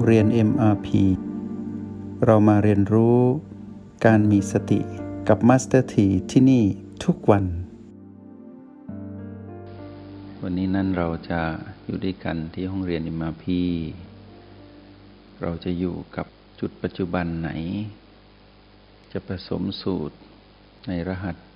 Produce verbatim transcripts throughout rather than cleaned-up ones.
เรียน เอ็ม อาร์ พี เรามาเรียนรู้การมีสติกับ Master T ที่นี่ทุกวันวันนี้นั่นเราจะอยู่ด้วยกันที่ห้องเรียน เอ็ม อาร์ พี เราจะอยู่กับจุดปัจจุบันไหนจะผสมสูตรในรหัส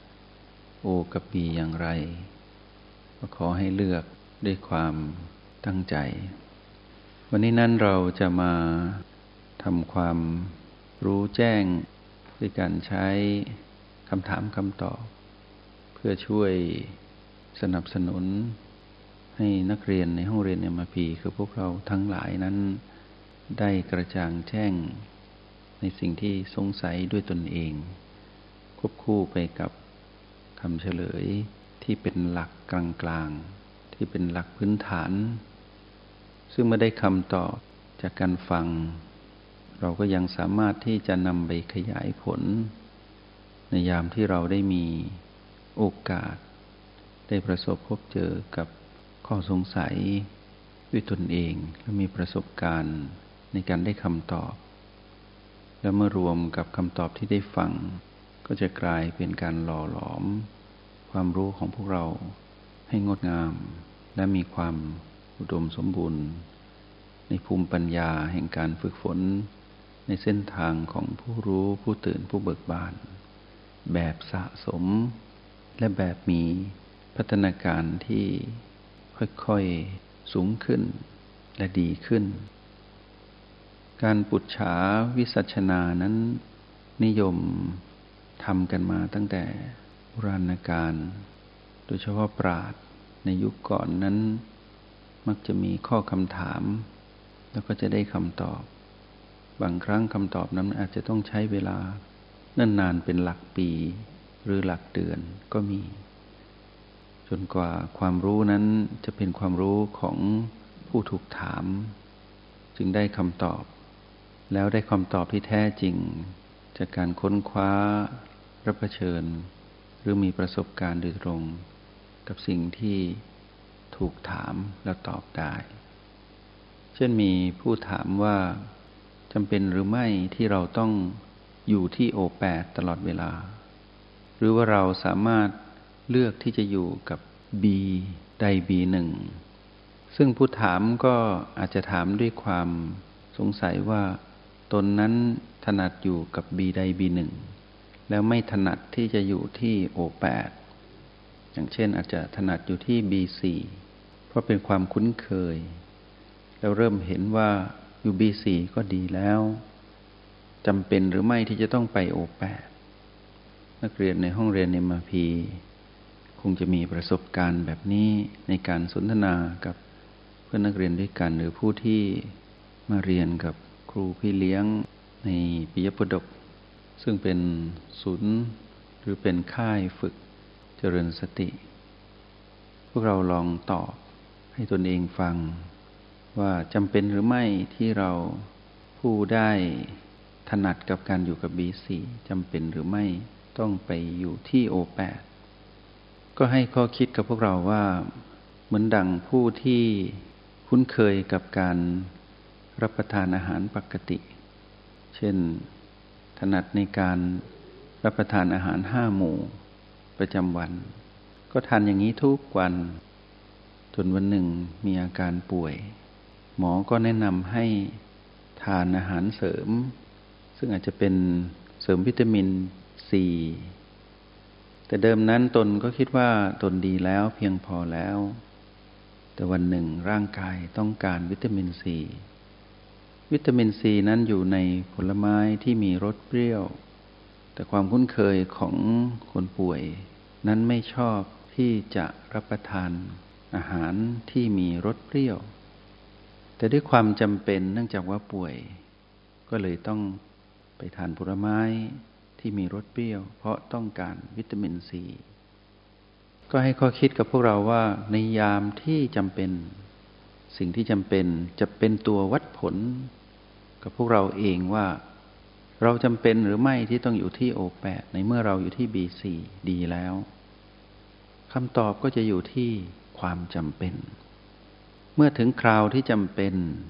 O กับ B อย่างไรก็ขอให้เลือกด้วยความตั้งใจวันนี้นั้นเราจะมาทำความรู้แจ้งด้วยการใช้คำถามคำตอบเพื่อช่วยสนับสนุนให้นักเรียนในห้องเรียน เอ็ม อาร์ พี คือพวกเราทั้งหลายนั้นได้กระจ่างแจ้งในสิ่งที่สงสัยด้วยตนเองควบคู่ไปกับคำเฉลยที่เป็นหลักกลางๆที่เป็นหลักพื้นฐานซึ่งเมื่อได้คำตอบจากการฟังเราก็ยังสามารถที่จะนำไปขยายผลในยามที่เราได้มีโอกาสได้ประสบพบเจอกับข้อสงสัยด้วยตนเองและมีประสบการณ์ในการได้คำตอบและเมื่อรวมกับคำตอบที่ได้ฟังก็จะกลายเป็นการหล่อหลอมความรู้ของพวกเราให้งดงามและมีความอุดมสมบูรณ์ในภูมิปัญญาแห่งการฝึกฝนในเส้นทางของผู้รู้ผู้ตื่นผู้เบิกบานแบบสะสมและแบบมีพัฒนาการที่ค่อยๆสูงขึ้นและดีขึ้นการปุจฉาวิสัชนานั้นนิยมทำกันมาตั้งแต่โบราณกาลโดยเฉพาะปราชญ์ในยุคก่อนนั้นมักจะมีข้อคำถามแล้วก็จะได้คำตอบบางครั้งคำตอบนั้นอาจจะต้องใช้เวลาเนิ่นนานเป็นหลักปีหรือหลักเดือนก็มีจนกว่าความรู้นั้นจะเป็นความรู้ของผู้ถูกถามจึงได้คำตอบแล้วได้คำตอบที่แท้จริงจากการค้นคว้ารับเผชิญหรือมีประสบการณ์โดยตรงกับสิ่งที่ถูกถามและตอบได้เช่นมีผู้ถามว่าจำเป็นหรือไม่ที่เราต้องอยู่ที่ โอ แปด ตลอดเวลาหรือว่าเราสามารถเลือกที่จะอยู่กับ B ใด บี หนึ่ง ซึ่งผู้ถามก็อาจจะถามด้วยความสงสัยว่าตนนั้นถนัดอยู่กับ B ใด บี หนึ่ง แล้วไม่ถนัดที่จะอยู่ที่ โอ แปด อย่างเช่นอาจจะถนัดอยู่ที่ บี สี่ เพราะเป็นความคุ้นเคยแล้วเริ่มเห็นว่าอยู่ บี สี่ ก็ดีแล้วจำเป็นหรือไม่ที่จะต้องไป โอ แปด นักเรียนในห้องเรียน เอ็ม อาร์ พี คงจะมีประสบการณ์แบบนี้ในการสนทนากับเพื่อนนักเรียนด้วยกันหรือผู้ที่มาเรียนกับครูพี่เลี้ยงในปิยปุดกซึ่งเป็นศูนย์หรือเป็นค่ายฝึกเจริญสติพวกเราลองตอบให้ตนเองฟังว่าจำเป็นหรือไม่ที่เราผู้ได้ถนัดกับการอยู่กับ บี สี่ จำเป็นหรือไม่ต้องไปอยู่ที่ โอ แปด ก็ให้ข้อคิดกับพวกเราว่าเหมือนดังผู้ที่คุ้นเคยกับการรับประทานอาหารปกติเช่นถนัดในการรับประทานอาหารห้าหมู่ประจำวันก็ทานอย่างนี้ทุกวันจนวันหนึ่งมีอาการป่วยหมอก็แนะนำให้ทานอาหารเสริมซึ่งอาจจะเป็นเสริมวิตามินซีแต่เดิมนั้นตนก็คิดว่าตนดีแล้วเพียงพอแล้วแต่วันหนึ่งร่างกายต้องการวิตามินซีวิตามินซีนั้นอยู่ในผลไม้ที่มีรสเปรี้ยวแต่ความคุ้นเคยของคนป่วยนั้นไม่ชอบที่จะรับประทานอาหารที่มีรสเปรี้ยวแต่ด้วยความจำเป็นเนื่องจากว่าป่วยก็เลยต้องไปทานผลไม้ที่มีรสเปรี้ยวเพราะต้องการวิตามินซีก็ให้ข้อคิดกับพวกเราว่าในยามที่จำเป็นสิ่งที่จำเป็นจะเป็นตัววัดผลกับพวกเราเองว่าเราจำเป็นหรือไม่ที่ต้องอยู่ที่ โอ แปด ในเมื่อเราอยู่ที่ บี สี่ ดีแล้วคำตอบก็จะอยู่ที่ความจำเป็นเมื่อถึงคราวที่จำเป็น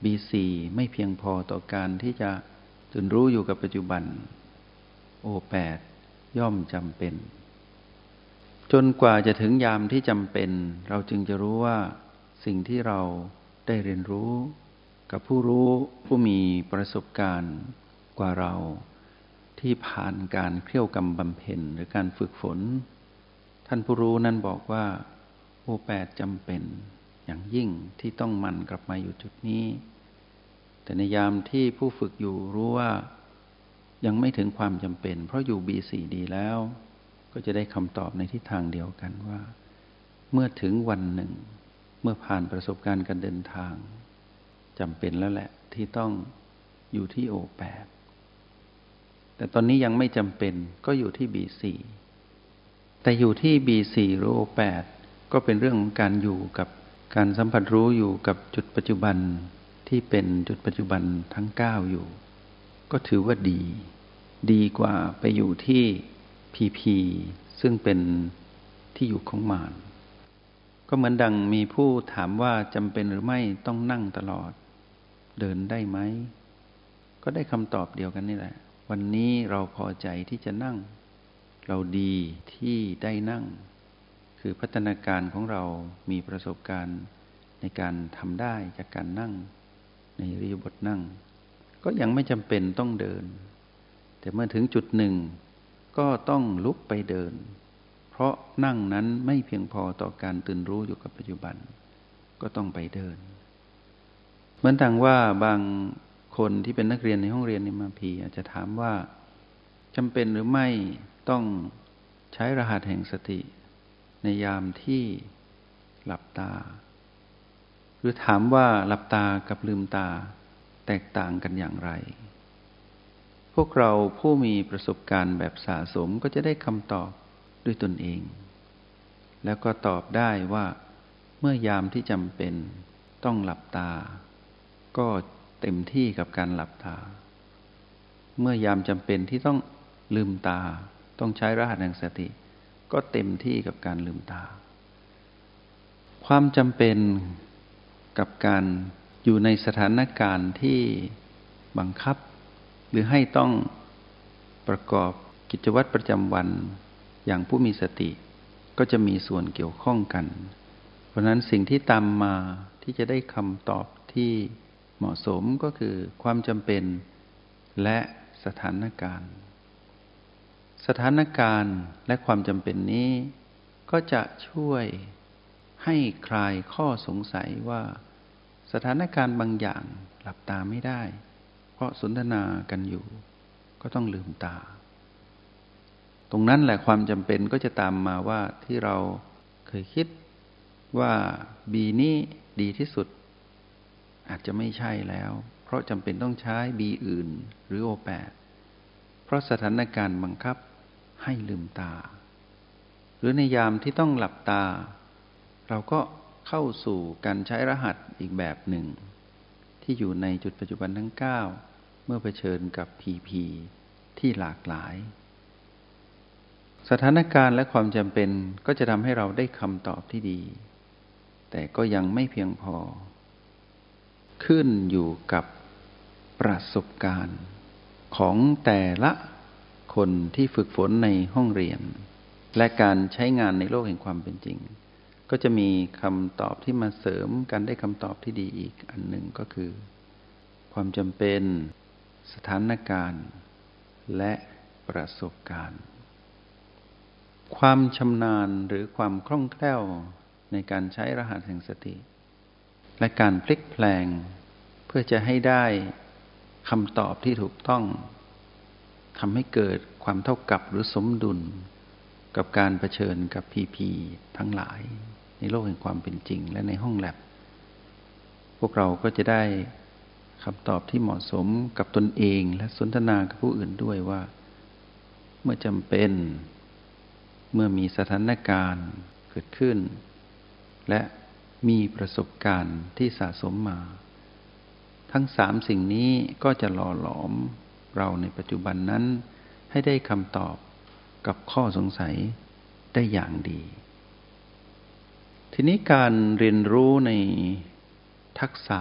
บี สี่ ไม่เพียงพอต่อการที่จะตื่นรู้อยู่กับปัจจุบัน โอ แปด ย่อมจำเป็นจนกว่าจะถึงยามที่จำเป็นเราจึงจะรู้ว่าสิ่งที่เราได้เรียนรู้กับผู้รู้ผู้มีประสบการณ์กว่าเราที่ผ่านการเคี่ยวกรรมบำเพ็ญหรือการฝึกฝนท่านผู้รู้นั้นบอกว่าโอแปดจำเป็นอย่างยิ่งที่ต้องหมั่นกลับมาอยู่จุดนี้แต่ในยามที่ผู้ฝึกอยู่รู้ว่ายังไม่ถึงความจำเป็นเพราะอยู่ บี สี่ ดีแล้วก็จะได้คำตอบในทิศทางเดียวกันว่าเมื่อถึงวันหนึ่งเมื่อผ่านประสบการณ์การเดินทางจำเป็นแล้วแหละที่ต้องอยู่ที่ โอ แปด แต่ตอนนี้ยังไม่จำเป็นก็อยู่ที่ บี สี่ แต่อยู่ที่ บี สี่ หรือ โอ แปด ก็เป็นเรื่องของการอยู่กับการสัมผัสรู้อยู่กับจุดปัจจุบันที่เป็นจุดปัจจุบันทั้งเก้าอยู่ก็ถือว่าดีดีกว่าไปอยู่ที่พีพีซึ่งเป็นที่อยู่ของมารก็เหมือนดังมีผู้ถามว่าจำเป็นหรือไม่ต้องนั่งตลอดเดินได้ไหมก็ได้คำตอบเดียวกันนี่แหละวันนี้เราพอใจที่จะนั่งเราดีที่ได้นั่งคือพัฒนาการของเรามีประสบการณ์ในการทำได้จากการนั่งในอิริยาบถนั่งก็ยังไม่จำเป็นต้องเดินแต่เมื่อถึงจุดหนึ่งก็ต้องลุกไปเดินเพราะนั่งนั้นไม่เพียงพอต่อการตื่นรู้อยู่กับปัจจุบันก็ต้องไปเดินเหมือนดังว่าบางคนที่เป็นนักเรียนในห้องเรียนในมาพีอาจจะถามว่าจำเป็นหรือไม่ต้องใช้รหัสแห่งสติในยามที่หลับตาหรือถามว่าหลับตากับลืมตาแตกต่างกันอย่างไรพวกเราผู้มีประสบการณ์แบบสะสมก็จะได้คำตอบด้วยตนเองแล้วก็ตอบได้ว่าเมื่อยามที่จำเป็นต้องหลับตาก็เต็มที่กับการหลับตาเมื่อยามจำเป็นที่ต้องลืมตาต้องใช้รหัสแห่งสติก็เต็มที่กับการลืมตาความจำเป็นกับการอยู่ในสถานการณ์ที่บังคับหรือให้ต้องประกอบกิจวัตรประจำวันอย่างผู้มีสติก็จะมีส่วนเกี่ยวข้องกันเพราะนั้นสิ่งที่ตามมาที่จะได้คำตอบที่เหมาะสมก็คือความจำเป็นและสถานการณ์สถานการณ์และความจำเป็นนี้ก็จะช่วยให้คลายข้อสงสัยว่าสถานการณ์บางอย่างหลับตาไม่ได้เพราะสนทนากันอยู่ก็ต้องลืมตาตรงนั้นแหละความจำเป็นก็จะตามมาว่าที่เราเคยคิดว่าบีนี้ดีที่สุดอาจจะไม่ใช่แล้วเพราะจำเป็นต้องใช้บีอื่นหรือ โอ แปด เพราะสถานการณ์บังคับให้ลืมตาหรือในยามที่ต้องหลับตาเราก็เข้าสู่การใช้รหัสอีกแบบหนึ่งที่อยู่ในจุดปัจจุบันทั้งเก้าเมื่อเผชิญกับ พี พี ที่หลากหลายสถานการณ์และความจำเป็นก็จะทำให้เราได้คำตอบที่ดีแต่ก็ยังไม่เพียงพอขึ้นอยู่กับประสบการณ์ของแต่ละคนที่ฝึกฝนในห้องเรียนและการใช้งานในโลกแห่งความเป็นจริงก็จะมีคำตอบที่มาเสริมกันได้คำตอบที่ดีอีกอันหนึ่งก็คือความจำเป็นสถานการณ์และประสบการณ์ความชำนาญหรือความคล่องแคล่วในการใช้รหัสแห่งสติและการพลิกแปลงเพื่อจะให้ได้คำตอบที่ถูกต้องทำให้เกิดความเท่ากับหรือสมดุลกับการเผชิญกับ พี พี ทั้งหลายในโลกแห่งความเป็นจริงและในห้องแลบพวกเราก็จะได้คำตอบที่เหมาะสมกับตนเองและสนทนากับผู้อื่นด้วยว่าเมื่อจำเป็นเมื่อมีสถานการณ์เกิดขึ้นและมีประสบการณ์ที่สะสมมาทั้งสามสิ่งนี้ก็จะหล่อหลอมเราในปัจจุบันนั้นให้ได้คำตอบกับข้อสงสัยได้อย่างดีทีนี้การเรียนรู้ในทักษะ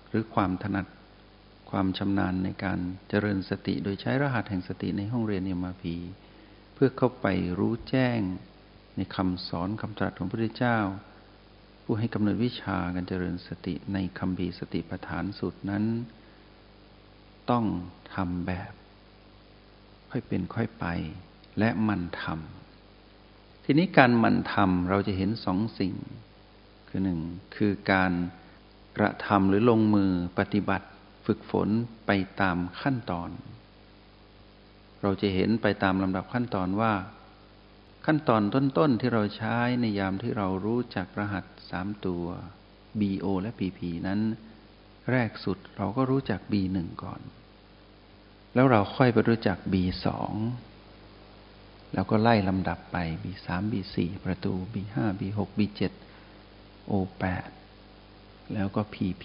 หรือความถนัดความชำนาญในการเจริญสติโดยใช้รหัสแห่งสติในห้องเรียน เอ็ม อาร์ พี เพื่อเข้าไปรู้แจ้งในคำสอนคำตรัสของพระพุทธเจ้าผู้ให้กำเนิดวิชาการเจริญสติในคัมภีร์สติปัฏฐานสูตรนั้นต้องทำแบบค่อยเป็นค่อยไปและมันทำทีนี้การมันทำเราจะเห็นสองสิ่งคือหนึ่งคือการกระทำหรือลงมือปฏิบัติฝึกฝนไปตามขั้นตอนเราจะเห็นไปตามลำดับขั้นตอนว่าขั้นตอนต้นๆที่เราใช้ในยามที่เรารู้จักรหัสสามตัว บี โอ และ พี พี นั้นแรกสุดเราก็รู้จัก บี หนึ่ง ก่อนแล้วเราค่อยไปรู้จัก บี สอง แล้วก็ไล่ลำดับไป บี สาม บี สี่ ประตู บี ห้า บี หก บี เจ็ด โอ แปด แล้วก็ พี พี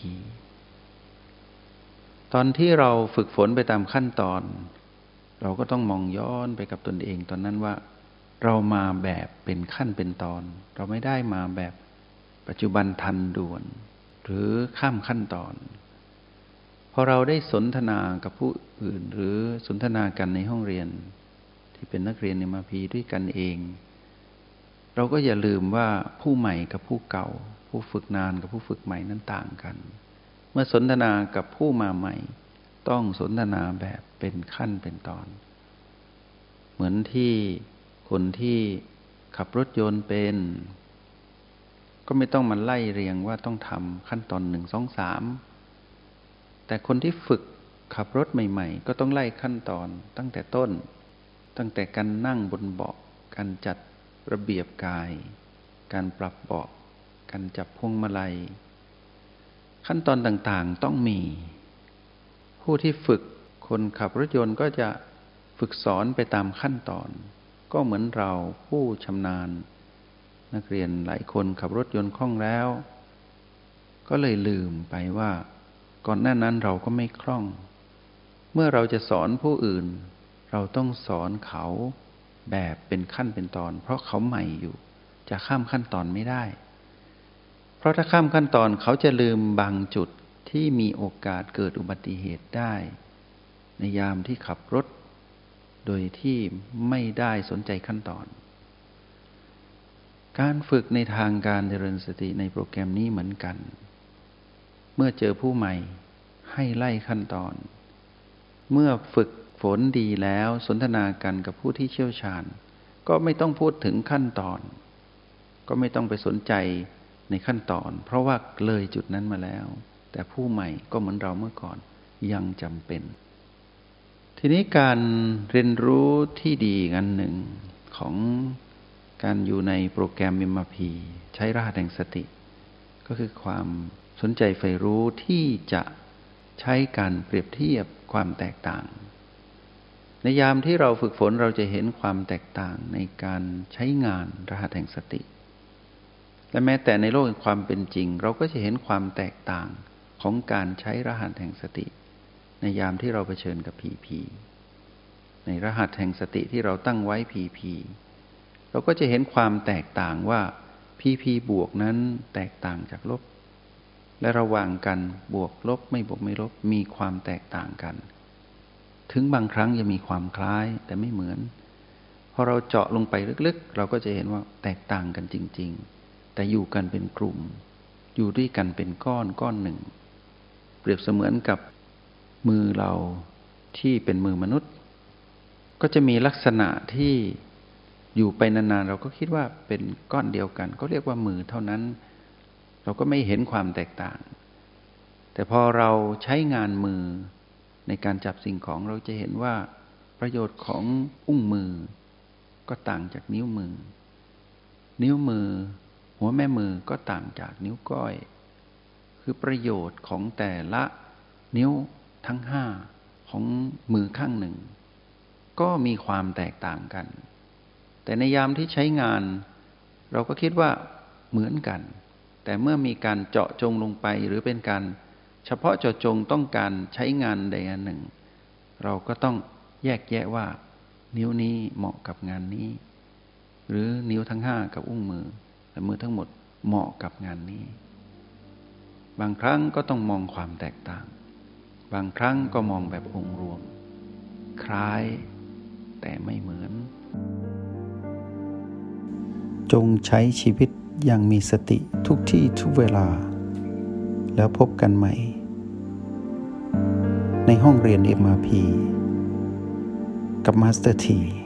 ตอนที่เราฝึกฝนไปตามขั้นตอนเราก็ต้องมองย้อนไปกับตนเองตอนนั้นว่าเรามาแบบเป็นขั้นเป็นตอนเราไม่ได้มาแบบปัจจุบันทันด่วนหรือข้ามขั้นตอนพอเราได้สนทนากับผู้อื่นหรือสนทนากันในห้องเรียนที่เป็นนักเรียน เอ็ม อาร์ พี ด้วยกันเองเราก็อย่าลืมว่าผู้ใหม่กับผู้เก่าผู้ฝึกนานกับผู้ฝึกใหม่นั้นต่างกันเมื่อสนทนากับผู้มาใหม่ต้องสนทนาแบบเป็นขั้นเป็นตอนเหมือนที่คนที่ขับรถยนต์เป็นก็ไม่ต้องมาไล่เรียงว่าต้องทำขั้นตอนหนึ่งสองสามแต่คนที่ฝึกขับรถใหม่ๆก็ต้องไล่ขั้นตอนตั้งแต่ต้นตั้งแต่การนั่งบนเบาะการจัดระเบียบกายการปรับเบาะการจับพวงมาลัยขั้นตอนต่างๆต้องมีผู้ที่ฝึกคนขับรถยนต์ก็จะฝึกสอนไปตามขั้นตอนก็เหมือนเราผู้ชำนาญนักเรียนหลายคนขับรถยนต์คล่องแล้วก็เลยลืมไปว่าก่อนหน้านั้นเราก็ไม่คล่องเมื่อเราจะสอนผู้อื่นเราต้องสอนเขาแบบเป็นขั้นเป็นตอนเพราะเขาใหม่อยู่จะข้ามขั้นตอนไม่ได้เพราะถ้าข้ามขั้นตอนเขาจะลืมบางจุดที่มีโอกาสเกิดอุบัติเหตุได้ในยามที่ขับรถโดยที่ไม่ได้สนใจขั้นตอนการฝึกในทางการเจริญสติในโปรแกรมนี้เหมือนกันเมื่อเจอผู้ใหม่ให้ไล่ขั้นตอนเมื่อฝึกฝนดีแล้วสนทนากันกับผู้ที่เชี่ยวชาญก็ไม่ต้องพูดถึงขั้นตอนก็ไม่ต้องไปสนใจในขั้นตอนเพราะว่าเลยจุดนั้นมาแล้วแต่ผู้ใหม่ก็เหมือนเราเมื่อก่อนยังจำเป็นทีนี้การเรียนรู้ที่ดีอันหนึ่งของการอยู่ในโปรแกรม เอ็ม อาร์ พี ใช้รหัสแห่งสติก็คือความสนใจใฝ่รู้ที่จะใช้การเปรียบเทียบความแตกต่างในยามที่เราฝึกฝนเราจะเห็นความแตกต่างในการใช้งานรหัสแห่งสติและแม้แต่ในโลกแห่งความเป็นจริงเราก็จะเห็นความแตกต่างของการใช้รหัสแห่งสติในยามที่เราเผชิญกับ พี พี ในรหัสแห่งสติที่เราตั้งไว้ พี พี เราก็จะเห็นความแตกต่างว่า พี พี บวกนั้นแตกต่างจากลบและระหว่างกันบวกลบไม่บวกไม่ลบมีความแตกต่างกันถึงบางครั้งจะมีความคล้ายแต่ไม่เหมือนพอเราเจาะลงไปลึกๆเราก็จะเห็นว่าแตกต่างกันจริงๆแต่อยู่กันเป็นกลุ่มอยู่ด้วยกันเป็นก้อนก้อนหนึ่งเปรียบเสมือนกับมือเราที่เป็นมือมนุษย์ก็จะมีลักษณะที่อยู่ไปนานๆเราก็คิดว่าเป็นก้อนเดียวกันก็เรียกว่ามือเท่านั้นเราก็ไม่เห็นความแตกต่างแต่พอเราใช้งานมือในการจับสิ่งของเราจะเห็นว่าประโยชน์ของอุ้งมือก็ต่างจากนิ้วมือนิ้วมือหัวแม่มือก็ต่างจากนิ้วก้อยคือประโยชน์ของแต่ละนิ้วทั้งห้าของมือข้างหนึ่งก็มีความแตกต่างกันแต่ในยามที่ใช้งานเราก็คิดว่าเหมือนกันแต่เมื่อมีการเจาะจงลงไปหรือเป็นการเฉพาะเจาะจงต้องการใช้งานใดอันหนึ่งเราก็ต้องแยกแยะว่านิ้วนี้เหมาะกับงานนี้หรือนิ้วทั้งห้ากับอุ้งมือและมือทั้งหมดเหมาะกับงานนี้บางครั้งก็ต้องมองความแตกต่างบางครั้งก็มองแบบองค์รวมคล้ายแต่ไม่เหมือนจงใช้ชีวิตอย่างมีสติทุกที่ทุกเวลาแล้วพบกันใหม่ในห้องเรียน เอ็ม อาร์ พี กับมาสเตอร์ ที